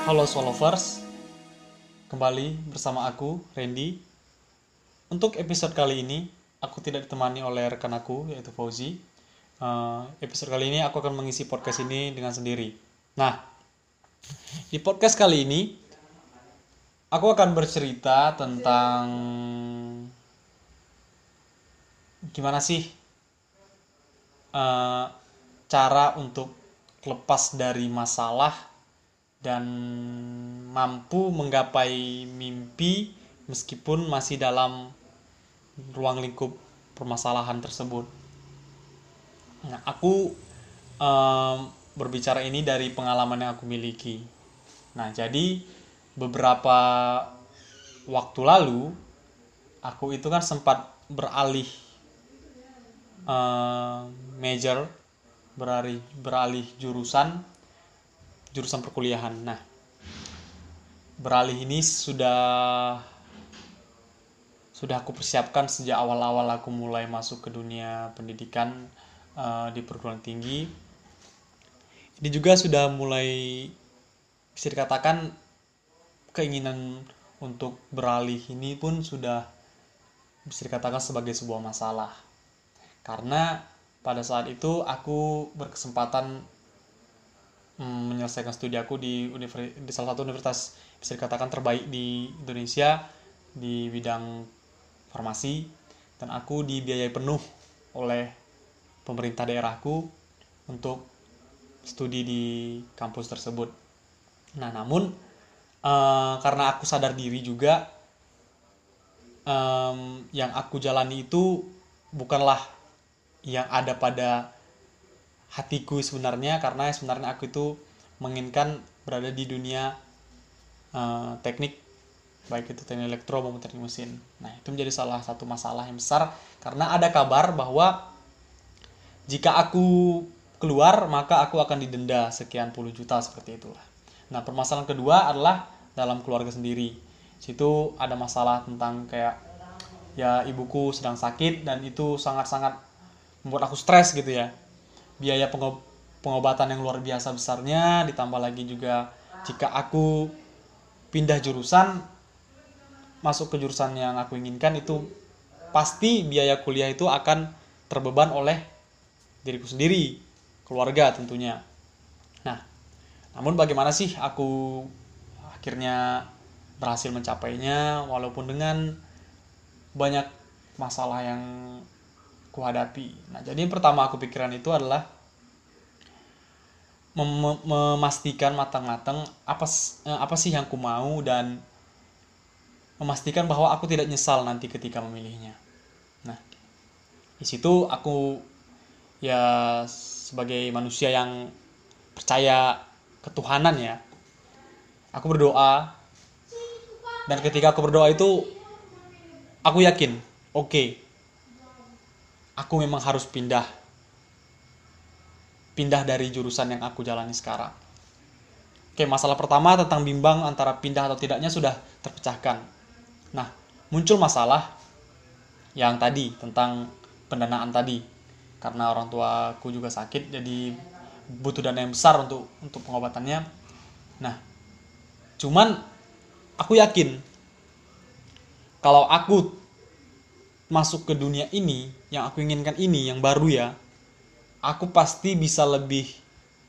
Halo Solovers, kembali bersama aku, Randy. Untuk episode kali ini, aku tidak ditemani oleh rekan aku, yaitu Fauzi. Episode kali ini aku akan mengisi podcast ini dengan sendiri. Nah, di podcast kali ini, aku akan bercerita tentang gimana sih eh, cara untuk lepas dari masalah dan mampu menggapai mimpi meskipun masih dalam ruang lingkup permasalahan tersebut. Nah, aku berbicara ini dari pengalaman yang aku miliki. Nah, jadi beberapa waktu lalu aku itu kan sempat beralih major, beralih jurusan perkuliahan. Nah, beralih ini sudah aku persiapkan sejak awal-awal aku mulai masuk ke dunia pendidikan di perguruan tinggi. Ini juga sudah mulai bisa dikatakan keinginan untuk beralih ini pun sudah bisa dikatakan sebagai sebuah masalah. Karena pada saat itu aku berkesempatan menyelesaikan studi aku di salah satu universitas bisa dikatakan terbaik di Indonesia di bidang farmasi, dan aku dibiayai penuh oleh pemerintah daerahku untuk studi di kampus tersebut. Nah, namun karena aku sadar diri juga yang aku jalani itu bukanlah yang ada pada hatiku sebenarnya, karena sebenarnya aku itu menginginkan berada di dunia teknik, baik itu teknik elektro maupun teknik mesin. Nah, itu menjadi salah satu masalah yang besar karena ada kabar bahwa jika aku keluar maka aku akan didenda sekian puluh juta, seperti itulah. Nah, permasalahan kedua adalah dalam keluarga sendiri. Situ ada masalah tentang kayak ya ibuku sedang sakit dan itu sangat-sangat membuat aku stres gitu ya. Biaya pengobatan yang luar biasa besarnya, ditambah lagi juga jika aku pindah jurusan masuk ke jurusan yang aku inginkan, itu pasti biaya kuliah itu akan terbeban oleh diriku sendiri, keluarga tentunya. Nah, namun bagaimana sih aku akhirnya berhasil mencapainya walaupun dengan banyak masalah yang kuhadapi. Nah, jadi yang pertama aku pikiran itu adalah memastikan matang-matang apa sih yang aku mau, dan memastikan bahwa aku tidak nyesal nanti ketika memilihnya. Nah, di situ aku ya sebagai manusia yang percaya ketuhanan ya, aku berdoa, dan ketika aku berdoa itu aku yakin, oke, aku memang harus pindah dari jurusan yang aku jalani sekarang. Oke, masalah pertama tentang bimbang antara pindah atau tidaknya sudah terpecahkan. Nah, muncul masalah yang tadi tentang pendanaan tadi. Karena orang tuaku juga sakit, jadi butuh dana yang besar untuk pengobatannya. Nah, cuman aku yakin kalau aku masuk ke dunia ini, yang aku inginkan ini, yang baru ya, aku pasti bisa lebih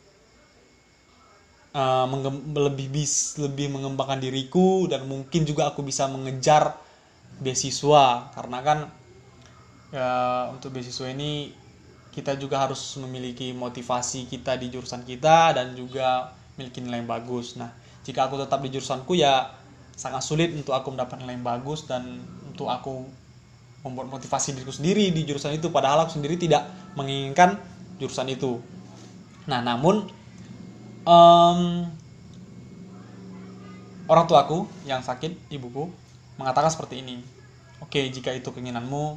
lebih mengembangkan diriku, dan mungkin juga aku bisa mengejar beasiswa, karena kan ya untuk beasiswa ini kita juga harus memiliki motivasi kita di jurusan kita dan juga memiliki nilai yang bagus. Nah, jika aku tetap di jurusanku ya sangat sulit untuk aku mendapatkan nilai yang bagus dan untuk aku membuat motivasi diriku sendiri di jurusan itu, padahal aku sendiri tidak menginginkan jurusan itu. Nah, namun orang tuaku yang sakit, ibuku, mengatakan seperti ini. Oke, jika itu keinginanmu,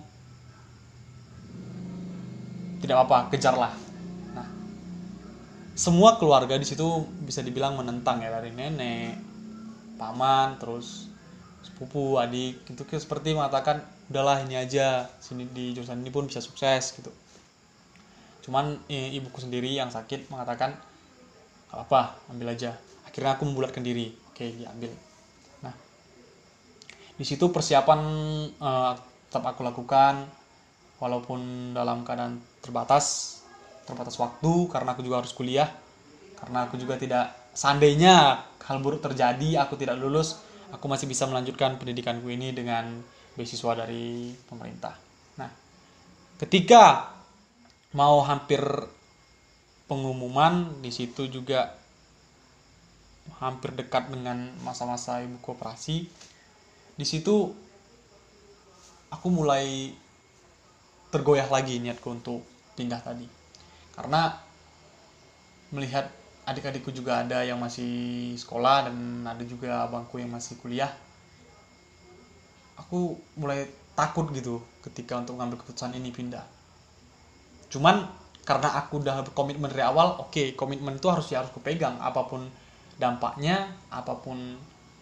tidak apa-apa, kejarlah. Nah, semua keluarga di situ bisa dibilang menentang ya, dari nenek, paman, terus sepupu, adik, itu seperti mengatakan, udahlah ini aja, sini di jurusan ini pun bisa sukses gitu. Cuman ibuku sendiri yang sakit mengatakan, gak apa-apa, ambil aja. Akhirnya aku membulatkan diri, oke diambil. Nah, di situ persiapan tetap aku lakukan, walaupun dalam keadaan terbatas waktu, karena aku juga harus kuliah, karena aku juga tidak, seandainya hal buruk terjadi aku tidak lulus, aku masih bisa melanjutkan pendidikanku ini dengan beasiswa dari pemerintah. Nah, ketika mau hampir pengumuman, di situ juga hampir dekat dengan masa-masa ibu koperasi, di situ aku mulai tergoyah lagi niatku untuk pindah tadi, karena melihat adik-adikku juga ada yang masih sekolah dan ada juga abangku yang masih kuliah. Aku mulai takut gitu ketika untuk mengambil keputusan ini pindah. Cuman karena aku udah berkomitmen dari awal, oke, komitmen itu harus kupegang, apapun dampaknya, apapun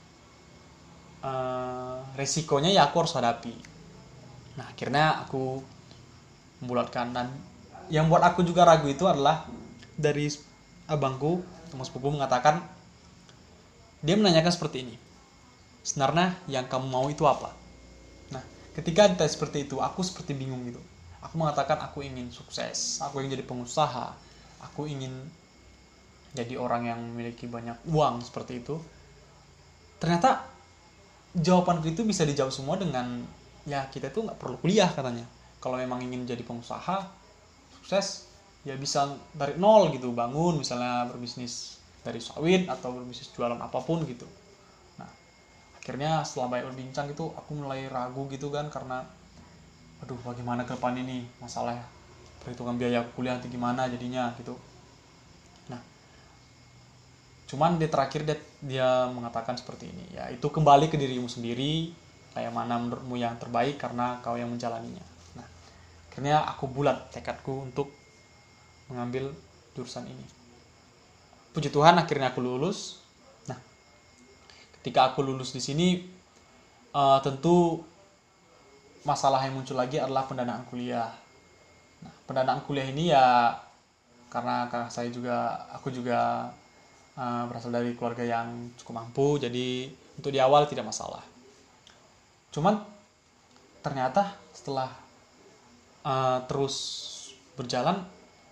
resikonya ya aku harus hadapi. Nah, akhirnya aku membulatkan, dan yang buat aku juga ragu itu adalah dari abangku, teman sepupu, mengatakan, dia menanyakan seperti ini, sebenarnya yang kamu mau itu apa? Nah, ketika ditanya seperti itu, aku seperti bingung gitu. Aku mengatakan aku ingin sukses, aku ingin jadi pengusaha, aku ingin jadi orang yang memiliki banyak uang, seperti itu. Ternyata jawabanku itu bisa dijawab semua dengan, ya kita itu nggak perlu kuliah katanya. Kalau memang ingin jadi pengusaha sukses, ya bisa dari nol gitu, bangun misalnya berbisnis dari sawit atau berbisnis jualan apapun gitu. Nah, akhirnya setelah banyak berbincang itu aku mulai ragu gitu kan, karena aduh bagaimana ke depan ini, masalah perhitungan biaya kuliah nanti gimana jadinya gitu. Nah, cuman di terakhir dia mengatakan seperti ini, ya itu kembali ke dirimu sendiri, kayak mana menurutmu yang terbaik karena kau yang menjalaninya. Nah, akhirnya aku bulat tekadku untuk mengambil jurusan ini. Puji Tuhan akhirnya aku lulus. Nah, ketika aku lulus di sini, tentu masalah yang muncul lagi adalah pendanaan kuliah. Nah, pendanaan kuliah ini ya karena aku juga berasal dari keluarga yang cukup mampu, jadi untuk di awal tidak masalah. Cuman ternyata setelah terus berjalan,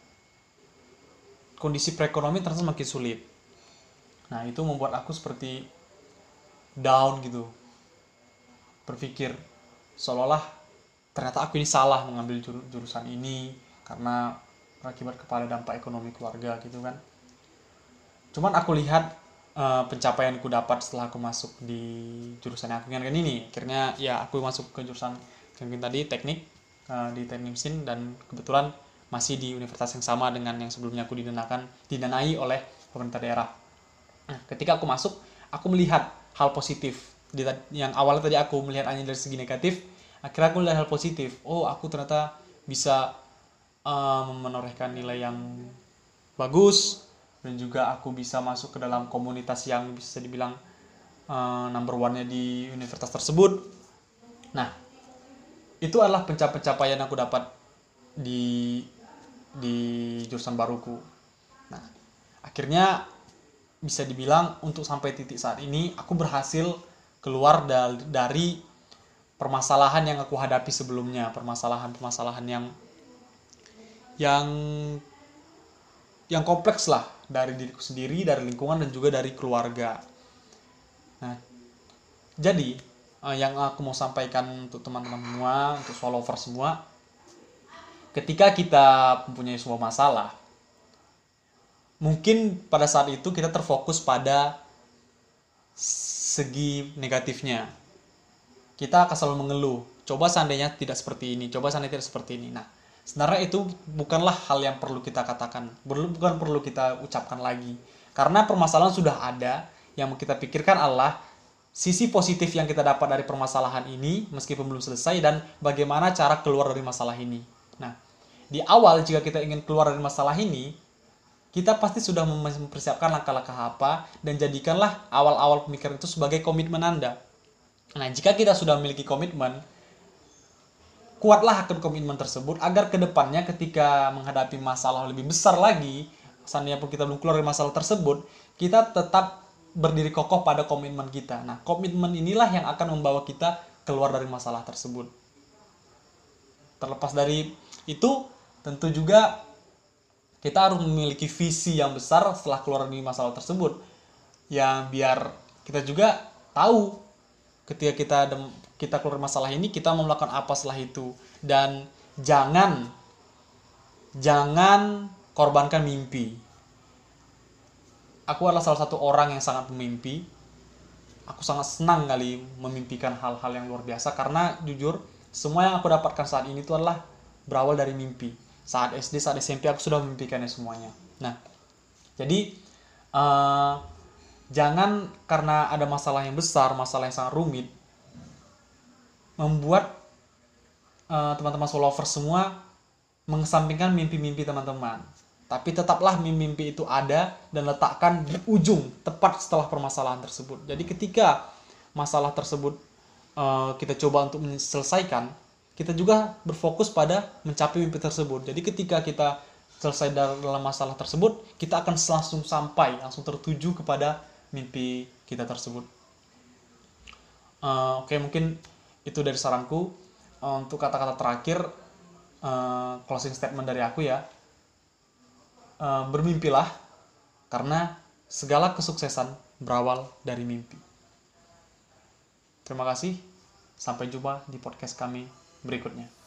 kondisi perekonomian ternyata semakin sulit. Nah, itu membuat aku seperti down gitu, berpikir seolah-olah ternyata aku ini salah mengambil jurusan ini karena berakibat kepada dampak ekonomi keluarga gitu kan. Cuman aku lihat pencapaianku dapat setelah aku masuk di jurusan yang aku inginkan ini. Akhirnya ya aku masuk ke jurusan yang tadi, teknik, di teknik mesin, dan kebetulan masih di universitas yang sama dengan yang sebelumnya aku didanai oleh pemerintah daerah. Nah, ketika aku masuk, aku melihat hal positif. Yang awalnya tadi aku melihat hanya dari segi negatif, akhirnya aku melihat hal positif. Oh, aku ternyata bisa menorehkan nilai yang bagus, dan juga aku bisa masuk ke dalam komunitas yang bisa dibilang number one-nya di universitas tersebut. Nah, itu adalah pencapaian yang aku dapat di jurusan baruku. Nah, akhirnya bisa dibilang untuk sampai titik saat ini aku berhasil keluar dari permasalahan yang aku hadapi sebelumnya, permasalahan yang kompleks lah, dari diriku sendiri, dari lingkungan, dan juga dari keluarga. Nah, jadi yang aku mau sampaikan untuk teman-teman semua, untuk swallower semua, ketika kita mempunyai sebuah masalah, mungkin pada saat itu kita terfokus pada segi negatifnya. Kita akan selalu mengeluh, coba seandainya tidak seperti ini, coba seandainya tidak seperti ini. Nah, sebenarnya itu bukanlah hal yang perlu kita katakan, bukan perlu kita ucapkan lagi. Karena permasalahan sudah ada, yang kita pikirkan adalah sisi positif yang kita dapat dari permasalahan ini meskipun belum selesai, dan bagaimana cara keluar dari masalah ini. Nah, di awal jika kita ingin keluar dari masalah ini, kita pasti sudah mempersiapkan langkah-langkah apa, dan jadikanlah awal-awal pemikiran itu sebagai komitmen Anda. Nah, jika kita sudah memiliki komitmen, kuatlah akan komitmen tersebut agar kedepannya ketika menghadapi masalah lebih besar lagi, seandainya pun kita belum keluar dari masalah tersebut, kita tetap berdiri kokoh pada komitmen kita. Nah, komitmen inilah yang akan membawa kita keluar dari masalah tersebut. Terlepas dari itu, tentu juga kita harus memiliki visi yang besar setelah keluar dari masalah tersebut. Yang biar kita juga tahu ketika kita keluar dari masalah ini, kita mau melakukan apa setelah itu. Dan jangan korbankan mimpi. Aku adalah salah satu orang yang sangat memimpi. Aku sangat senang kali memimpikan hal-hal yang luar biasa, karena jujur semua yang aku dapatkan saat ini itu adalah berawal dari mimpi. Saat SD, saat SMP aku sudah memimpikannya semuanya. Nah, jadi jangan karena ada masalah yang besar, masalah yang sangat rumit, membuat teman-teman solo lovers semua mengesampingkan mimpi-mimpi teman-teman. Tapi tetaplah mimpi itu ada dan letakkan di ujung, tepat setelah permasalahan tersebut. Jadi ketika masalah tersebut kita coba untuk menyelesaikan, kita juga berfokus pada mencapai mimpi tersebut. Jadi ketika kita selesai dalam masalah tersebut, kita akan langsung tertuju kepada mimpi kita tersebut. Oke, mungkin itu dari saranku. Untuk kata-kata terakhir, closing statement dari aku ya, bermimpilah, karena segala kesuksesan berawal dari mimpi. Terima kasih, sampai jumpa di podcast kami berikutnya.